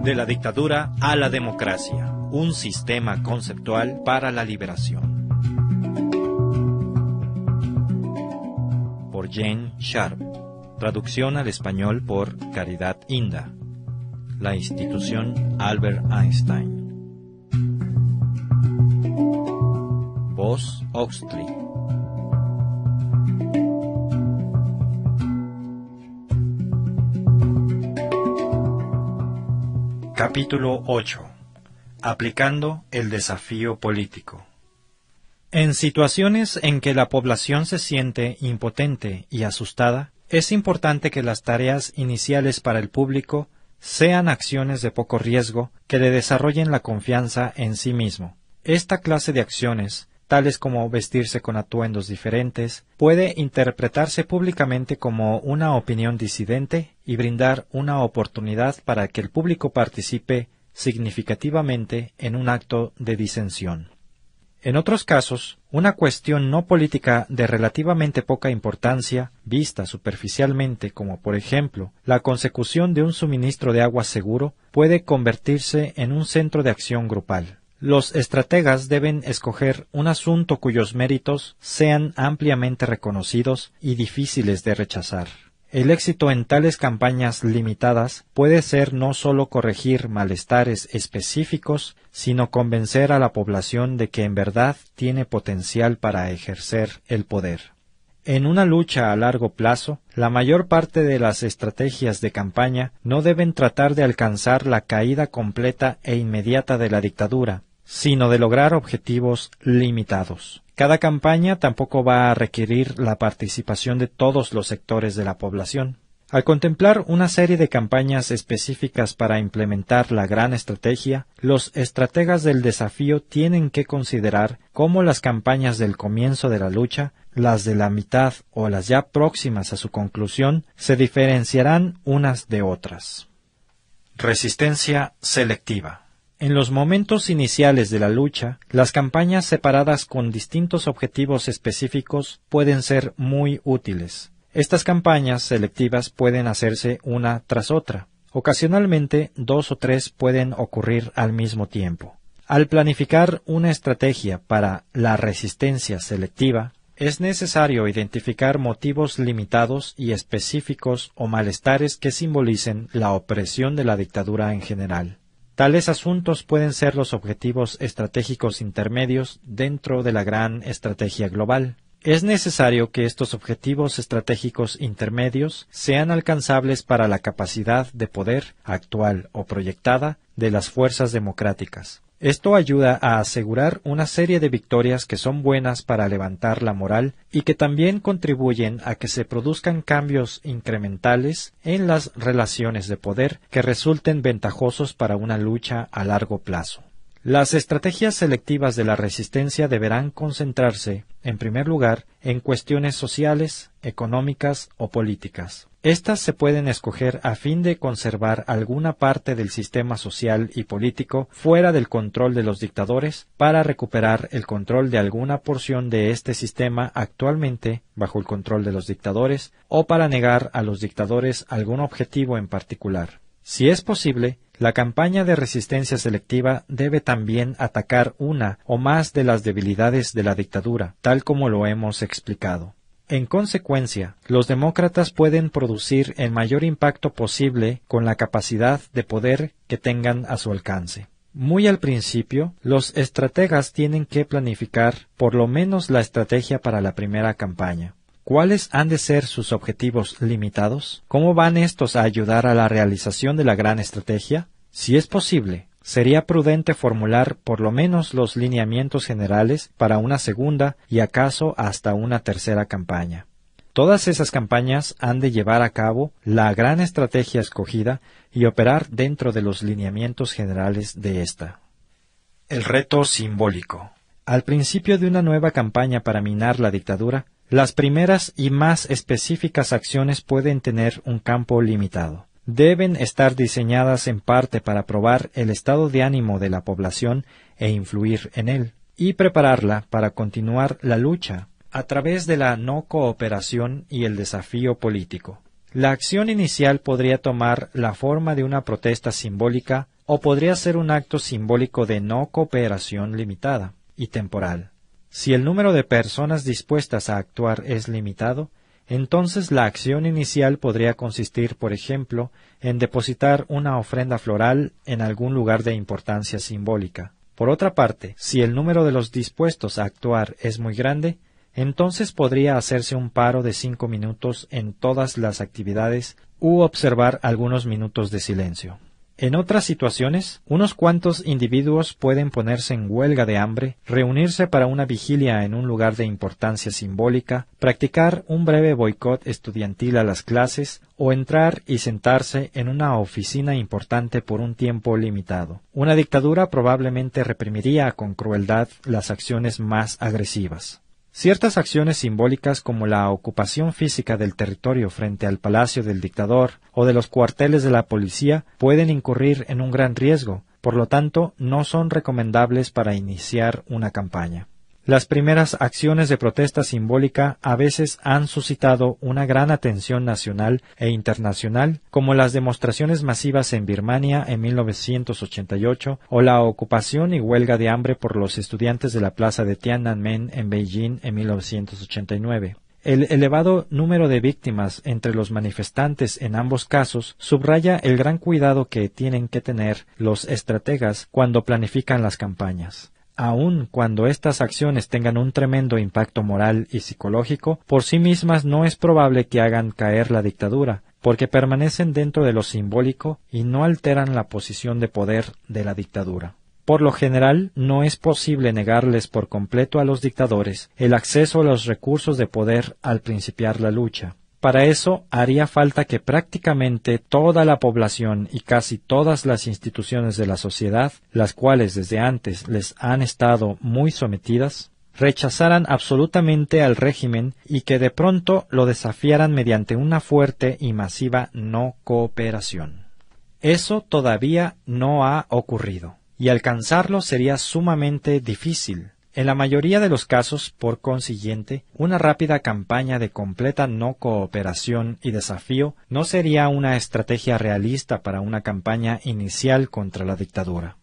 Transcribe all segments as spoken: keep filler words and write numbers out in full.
De la dictadura a la democracia, un sistema conceptual para la liberación. Por Jane Sharp. Traducción al español por Caridad Inda. La institución Albert Einstein. Voz Oxley. Capítulo ocho. Aplicando el desafío político. En situaciones en que la población se siente impotente y asustada, es importante que las tareas iniciales para el público sean acciones de poco riesgo que le desarrollen la confianza en sí mismo. Esta clase de acciones, tales como vestirse con atuendos diferentes, puede interpretarse públicamente como una opinión disidente y brindar una oportunidad para que el público participe significativamente en un acto de disensión. En otros casos, una cuestión no política de relativamente poca importancia, vista superficialmente como por ejemplo la consecución de un suministro de agua seguro, puede convertirse en un centro de acción grupal. Los estrategas deben escoger un asunto cuyos méritos sean ampliamente reconocidos y difíciles de rechazar. El éxito en tales campañas limitadas puede ser no sólo corregir malestares específicos, sino convencer a la población de que en verdad tiene potencial para ejercer el poder. En una lucha a largo plazo, la mayor parte de las estrategias de campaña no deben tratar de alcanzar la caída completa e inmediata de la dictadura, sino de lograr objetivos limitados. Cada campaña tampoco va a requerir la participación de todos los sectores de la población. Al contemplar una serie de campañas específicas para implementar la gran estrategia, los estrategas del desafío tienen que considerar cómo las campañas del comienzo de la lucha, las de la mitad o las ya próximas a su conclusión, se diferenciarán unas de otras. Resistencia selectiva. En los momentos iniciales de la lucha, las campañas separadas con distintos objetivos específicos pueden ser muy útiles. Estas campañas selectivas pueden hacerse una tras otra. Ocasionalmente, dos o tres pueden ocurrir al mismo tiempo. Al planificar una estrategia para la resistencia selectiva, es necesario identificar motivos limitados y específicos o malestares que simbolicen la opresión de la dictadura en general. Tales asuntos pueden ser los objetivos estratégicos intermedios dentro de la gran estrategia global. Es necesario que estos objetivos estratégicos intermedios sean alcanzables para la capacidad de poder actual o proyectada de las fuerzas democráticas. Esto ayuda a asegurar una serie de victorias que son buenas para levantar la moral y que también contribuyen a que se produzcan cambios incrementales en las relaciones de poder que resulten ventajosos para una lucha a largo plazo. Las estrategias selectivas de la resistencia deberán concentrarse, en primer lugar, en cuestiones sociales, económicas o políticas. Estas se pueden escoger a fin de conservar alguna parte del sistema social y político fuera del control de los dictadores para recuperar el control de alguna porción de este sistema actualmente bajo el control de los dictadores o para negar a los dictadores algún objetivo en particular. Si es posible, la campaña de resistencia selectiva debe también atacar una o más de las debilidades de la dictadura, tal como lo hemos explicado. En consecuencia, los demócratas pueden producir el mayor impacto posible con la capacidad de poder que tengan a su alcance. Muy al principio, los estrategas tienen que planificar por lo menos la estrategia para la primera campaña. ¿Cuáles han de ser sus objetivos limitados? ¿Cómo van estos a ayudar a la realización de la gran estrategia? Si es posible, sería prudente formular por lo menos los lineamientos generales para una segunda y acaso hasta una tercera campaña. Todas esas campañas han de llevar a cabo la gran estrategia escogida y operar dentro de los lineamientos generales de ésta. El reto simbólico. Al principio de una nueva campaña para minar la dictadura, las primeras y más específicas acciones pueden tener un campo limitado. Deben estar diseñadas en parte para probar el estado de ánimo de la población e influir en él, y prepararla para continuar la lucha a través de la no cooperación y el desafío político. La acción inicial podría tomar la forma de una protesta simbólica o podría ser un acto simbólico de no cooperación limitada y temporal. Si el número de personas dispuestas a actuar es limitado, entonces la acción inicial podría consistir, por ejemplo, en depositar una ofrenda floral en algún lugar de importancia simbólica. Por otra parte, si el número de los dispuestos a actuar es muy grande, entonces podría hacerse un paro de cinco minutos en todas las actividades u observar algunos minutos de silencio. En otras situaciones, unos cuantos individuos pueden ponerse en huelga de hambre, reunirse para una vigilia en un lugar de importancia simbólica, practicar un breve boicot estudiantil a las clases o entrar y sentarse en una oficina importante por un tiempo limitado. Una dictadura probablemente reprimiría con crueldad las acciones más agresivas. Ciertas acciones simbólicas como la ocupación física del territorio frente al palacio del dictador o de los cuarteles de la policía pueden incurrir en un gran riesgo, por lo tanto no son recomendables para iniciar una campaña. Las primeras acciones de protesta simbólica a veces han suscitado una gran atención nacional e internacional, como las demostraciones masivas en Birmania en mil novecientos ochenta y ocho o la ocupación y huelga de hambre por los estudiantes de la plaza de Tiananmen en Beijing en mil novecientos ochenta y nueve. El elevado número de víctimas entre los manifestantes en ambos casos subraya el gran cuidado que tienen que tener los estrategas cuando planifican las campañas. Aun cuando estas acciones tengan un tremendo impacto moral y psicológico, por sí mismas no es probable que hagan caer la dictadura, porque permanecen dentro de lo simbólico y no alteran la posición de poder de la dictadura. Por lo general, no es posible negarles por completo a los dictadores el acceso a los recursos de poder al principiar la lucha. Para eso haría falta que prácticamente toda la población y casi todas las instituciones de la sociedad, las cuales desde antes les han estado muy sometidas, rechazaran absolutamente al régimen y que de pronto lo desafiaran mediante una fuerte y masiva no cooperación. Eso todavía no ha ocurrido, y alcanzarlo sería sumamente difícil. En la mayoría de los casos, por consiguiente, una rápida campaña de completa no cooperación y desafío no sería una estrategia realista para una campaña inicial contra la dictadura.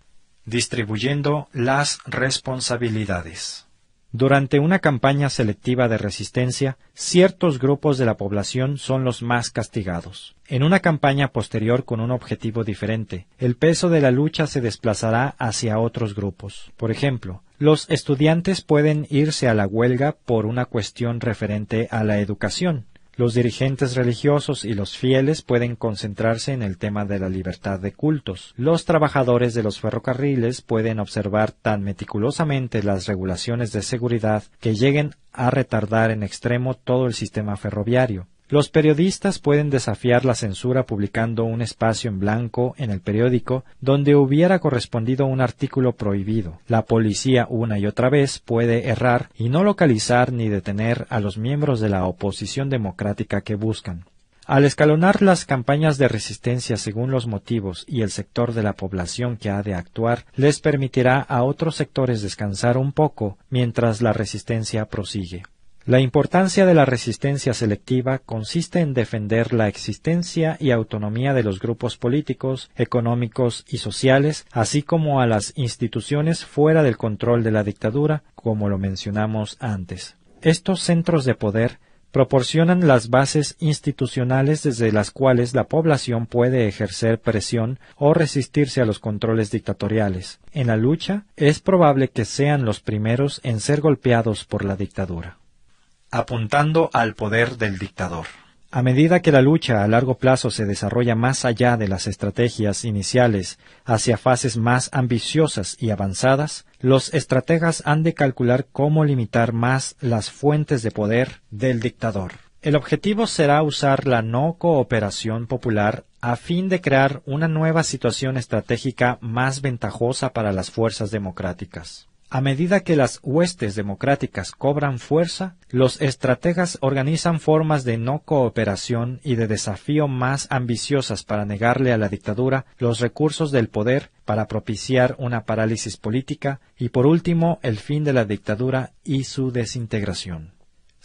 Distribuyendo las responsabilidades. Durante una campaña selectiva de resistencia, ciertos grupos de la población son los más castigados. En una campaña posterior con un objetivo diferente, el peso de la lucha se desplazará hacia otros grupos. Por ejemplo, los estudiantes pueden irse a la huelga por una cuestión referente a la educación. Los dirigentes religiosos y los fieles pueden concentrarse en el tema de la libertad de cultos. Los trabajadores de los ferrocarriles pueden observar tan meticulosamente las regulaciones de seguridad que lleguen a retardar en extremo todo el sistema ferroviario. Los periodistas pueden desafiar la censura publicando un espacio en blanco en el periódico donde hubiera correspondido un artículo prohibido. La policía una y otra vez puede errar y no localizar ni detener a los miembros de la oposición democrática que buscan. Al escalonar las campañas de resistencia según los motivos y el sector de la población que ha de actuar, les permitirá a otros sectores descansar un poco mientras la resistencia prosigue. La importancia de la resistencia selectiva consiste en defender la existencia y autonomía de los grupos políticos, económicos y sociales, así como a las instituciones fuera del control de la dictadura, como lo mencionamos antes. Estos centros de poder proporcionan las bases institucionales desde las cuales la población puede ejercer presión o resistirse a los controles dictatoriales. En la lucha, es probable que sean los primeros en ser golpeados por la dictadura. Apuntando al poder del dictador. A medida que la lucha a largo plazo se desarrolla más allá de las estrategias iniciales hacia fases más ambiciosas y avanzadas, los estrategas han de calcular cómo limitar más las fuentes de poder del dictador. El objetivo será usar la no cooperación popular a fin de crear una nueva situación estratégica más ventajosa para las fuerzas democráticas. A medida que las huestes democráticas cobran fuerza, los estrategas organizan formas de no cooperación y de desafío más ambiciosas para negarle a la dictadura los recursos del poder para propiciar una parálisis política y, por último, el fin de la dictadura y su desintegración.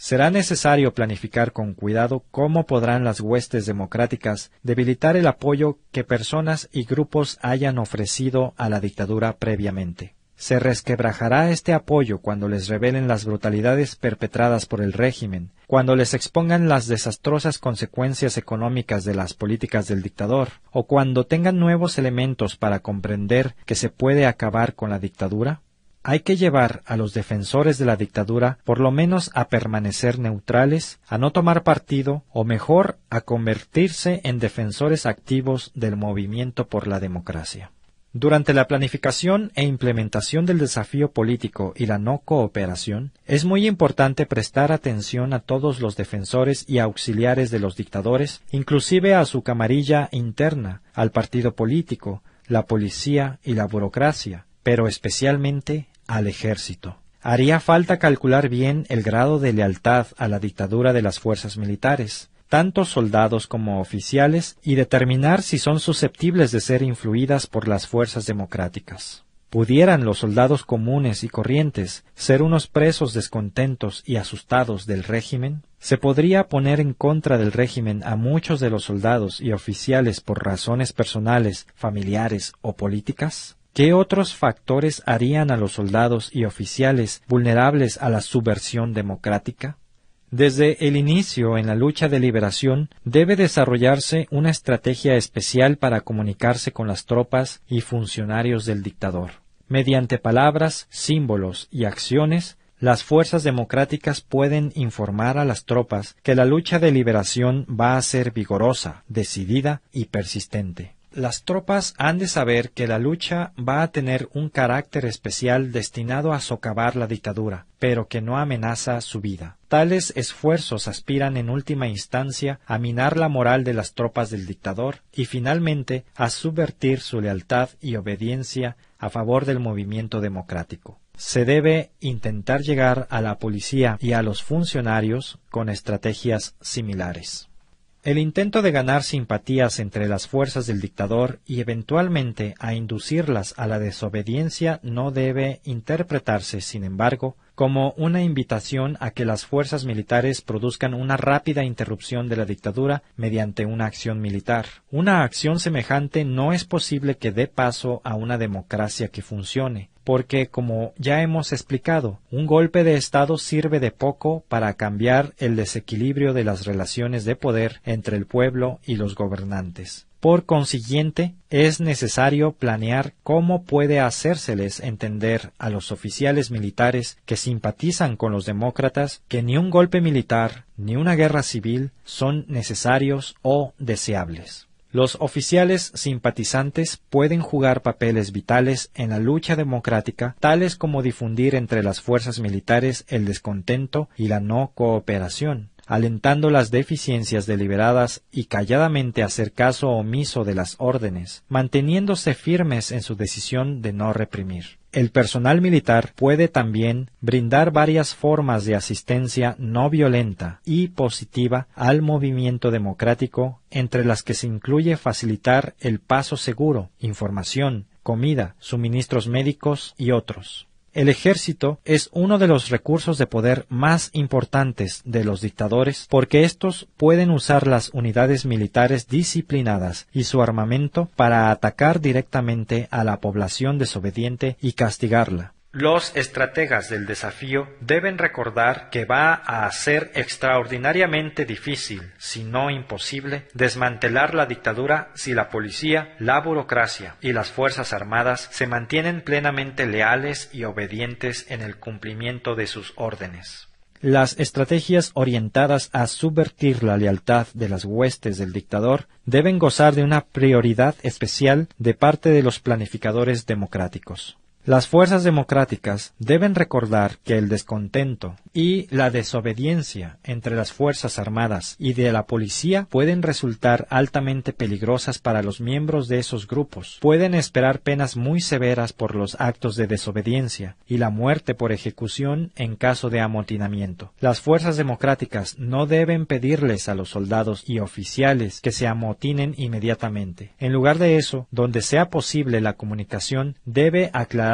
Será necesario planificar con cuidado cómo podrán las huestes democráticas debilitar el apoyo que personas y grupos hayan ofrecido a la dictadura previamente. Se resquebrajará este apoyo cuando les revelen las brutalidades perpetradas por el régimen, cuando les expongan las desastrosas consecuencias económicas de las políticas del dictador, o cuando tengan nuevos elementos para comprender que se puede acabar con la dictadura. Hay que llevar a los defensores de la dictadura por lo menos a permanecer neutrales, a no tomar partido, o mejor, a convertirse en defensores activos del movimiento por la democracia. Durante la planificación e implementación del desafío político y la no cooperación, es muy importante prestar atención a todos los defensores y auxiliares de los dictadores, inclusive a su camarilla interna, al partido político, la policía y la burocracia, pero especialmente al ejército. Haría falta calcular bien el grado de lealtad a la dictadura de las fuerzas militares, tanto soldados como oficiales, y determinar si son susceptibles de ser influidas por las fuerzas democráticas. ¿Pudieran los soldados comunes y corrientes ser unos presos descontentos y asustados del régimen? ¿Se podría poner en contra del régimen a muchos de los soldados y oficiales por razones personales, familiares o políticas? ¿Qué otros factores harían a los soldados y oficiales vulnerables a la subversión democrática? Desde el inicio en la lucha de liberación debe desarrollarse una estrategia especial para comunicarse con las tropas y funcionarios del dictador. Mediante palabras, símbolos y acciones, las fuerzas democráticas pueden informar a las tropas que la lucha de liberación va a ser vigorosa, decidida y persistente. Las tropas han de saber que la lucha va a tener un carácter especial destinado a socavar la dictadura, pero que no amenaza su vida. Tales esfuerzos aspiran en última instancia a minar la moral de las tropas del dictador y finalmente a subvertir su lealtad y obediencia a favor del movimiento democrático. Se debe intentar llegar a la policía y a los funcionarios con estrategias similares. El intento de ganar simpatías entre las fuerzas del dictador y eventualmente a inducirlas a la desobediencia no debe interpretarse, sin embargo, como una invitación a que las fuerzas militares produzcan una rápida interrupción de la dictadura mediante una acción militar. Una acción semejante no es posible que dé paso a una democracia que funcione, porque, como ya hemos explicado, un golpe de Estado sirve de poco para cambiar el desequilibrio de las relaciones de poder entre el pueblo y los gobernantes. Por consiguiente, es necesario planear cómo puede hacérseles entender a los oficiales militares que simpatizan con los demócratas que ni un golpe militar ni una guerra civil son necesarios o deseables. Los oficiales simpatizantes pueden jugar papeles vitales en la lucha democrática, tales como difundir entre las fuerzas militares el descontento y la no cooperación, alentando las deficiencias deliberadas y calladamente hacer caso omiso de las órdenes, manteniéndose firmes en su decisión de no reprimir. El personal militar puede también brindar varias formas de asistencia no violenta y positiva al movimiento democrático, entre las que se incluye facilitar el paso seguro, información, comida, suministros médicos y otros. El ejército es uno de los recursos de poder más importantes de los dictadores porque éstos pueden usar las unidades militares disciplinadas y su armamento para atacar directamente a la población desobediente y castigarla. Los estrategas del desafío deben recordar que va a ser extraordinariamente difícil, si no imposible, desmantelar la dictadura si la policía, la burocracia y las fuerzas armadas se mantienen plenamente leales y obedientes en el cumplimiento de sus órdenes. Las estrategias orientadas a subvertir la lealtad de las huestes del dictador deben gozar de una prioridad especial de parte de los planificadores democráticos. Las fuerzas democráticas deben recordar que el descontento y la desobediencia entre las fuerzas armadas y de la policía pueden resultar altamente peligrosas para los miembros de esos grupos. Pueden esperar penas muy severas por los actos de desobediencia y la muerte por ejecución en caso de amotinamiento. Las fuerzas democráticas no deben pedirles a los soldados y oficiales que se amotinen inmediatamente. En lugar de eso, donde sea posible la comunicación debe aclarar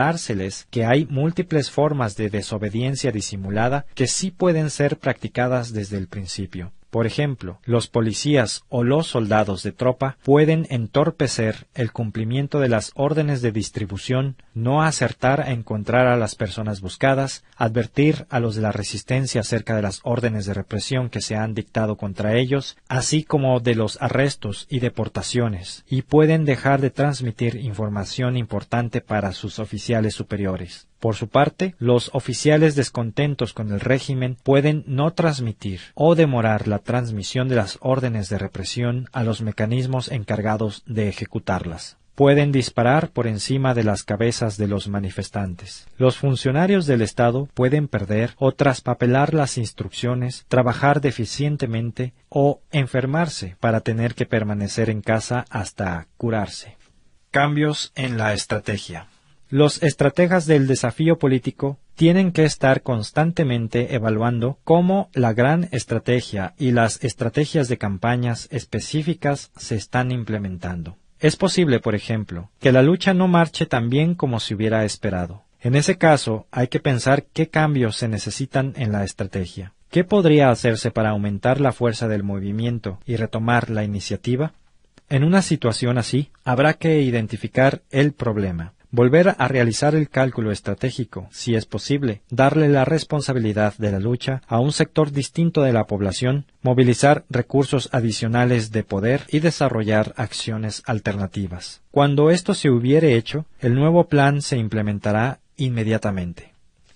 aclarárseles que hay múltiples formas de desobediencia disimulada que sí pueden ser practicadas desde el principio. Por ejemplo, los policías o los soldados de tropa pueden entorpecer el cumplimiento de las órdenes de distribución, no acertar a encontrar a las personas buscadas, advertir a los de la resistencia acerca de las órdenes de represión que se han dictado contra ellos, así como de los arrestos y deportaciones, y pueden dejar de transmitir información importante para sus oficiales superiores. Por su parte, los oficiales descontentos con el régimen pueden no transmitir o demorar la transmisión de las órdenes de represión a los mecanismos encargados de ejecutarlas. Pueden disparar por encima de las cabezas de los manifestantes. Los funcionarios del Estado pueden perder o traspapelar las instrucciones, trabajar deficientemente o enfermarse para tener que permanecer en casa hasta curarse. Cambios en la estrategia. Los estrategas del desafío político tienen que estar constantemente evaluando cómo la gran estrategia y las estrategias de campañas específicas se están implementando. Es posible, por ejemplo, que la lucha no marche tan bien como se hubiera esperado. En ese caso, hay que pensar qué cambios se necesitan en la estrategia. ¿Qué podría hacerse para aumentar la fuerza del movimiento y retomar la iniciativa? En una situación así, habrá que identificar el problema. Volver a realizar el cálculo estratégico, si es posible, darle la responsabilidad de la lucha a un sector distinto de la población, movilizar recursos adicionales de poder y desarrollar acciones alternativas. Cuando esto se hubiere hecho, el nuevo plan se implementará inmediatamente.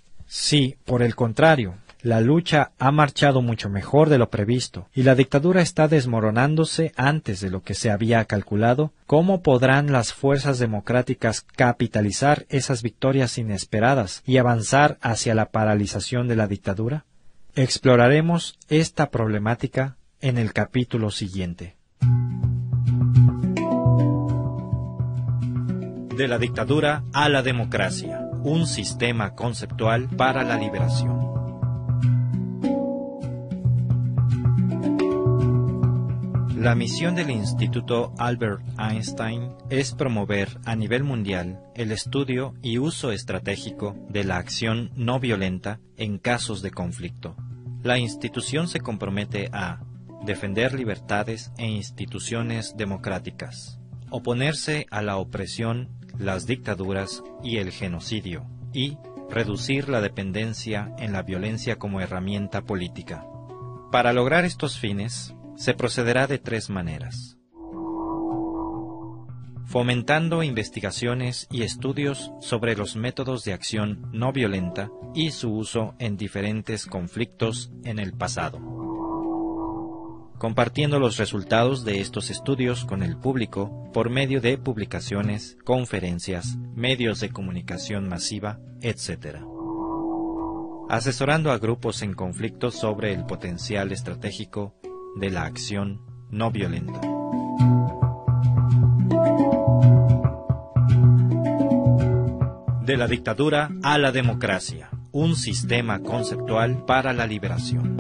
Si, por el contrario, la lucha ha marchado mucho mejor de lo previsto y la dictadura está desmoronándose antes de lo que se había calculado, ¿cómo podrán las fuerzas democráticas capitalizar esas victorias inesperadas y avanzar hacia la paralización de la dictadura? Exploraremos esta problemática en el capítulo siguiente. De la dictadura a la democracia, un sistema conceptual para la liberación. La misión del Instituto Albert Einstein es promover a nivel mundial el estudio y uso estratégico de la acción no violenta en casos de conflicto. La institución se compromete a defender libertades e instituciones democráticas, oponerse a la opresión, las dictaduras y el genocidio, y reducir la dependencia en la violencia como herramienta política. Para lograr estos fines, se procederá de tres maneras. Fomentando investigaciones y estudios sobre los métodos de acción no violenta y su uso en diferentes conflictos en el pasado. Compartiendo los resultados de estos estudios con el público por medio de publicaciones, conferencias, medios de comunicación masiva, etcétera. Asesorando a grupos en conflictos sobre el potencial estratégico de la acción no violenta. De la dictadura a la democracia, un sistema conceptual para la liberación.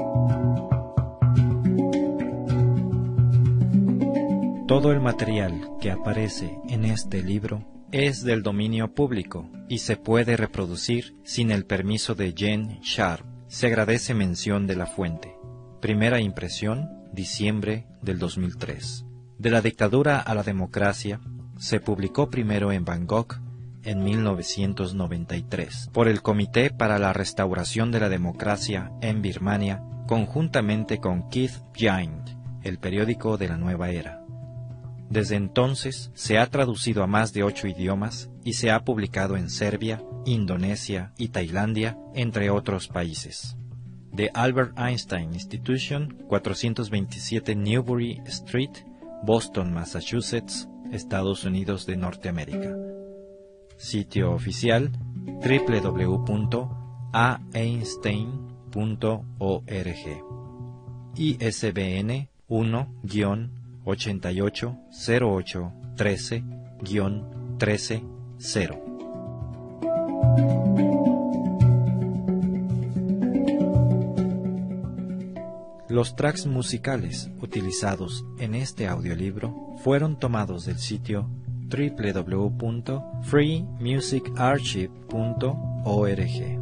Todo el material que aparece en este libro es del dominio público y se puede reproducir sin el permiso de Jen Sharp. Se agradece mención de la fuente. Primera impresión, diciembre del dos mil tres. De la dictadura a la democracia, se publicó primero en Bangkok en mil novecientos noventa y tres por el Comité para la Restauración de la Democracia en Birmania, conjuntamente con Keith Giant, el periódico de la nueva era. Desde entonces se ha traducido a más de ocho idiomas y se ha publicado en Serbia, Indonesia y Tailandia, entre otros países. The Albert Einstein Institution, cuatrocientos veintisiete Newbury Street, Boston, Massachusetts, Estados Unidos de Norteamérica. Sitio oficial doble u doble u doble u punto a einstein punto org. I S B N uno guion ochenta y ocho cero ocho trece guion trece cero. Los tracks musicales utilizados en este audiolibro fueron tomados del sitio w w w punto free music archive punto org.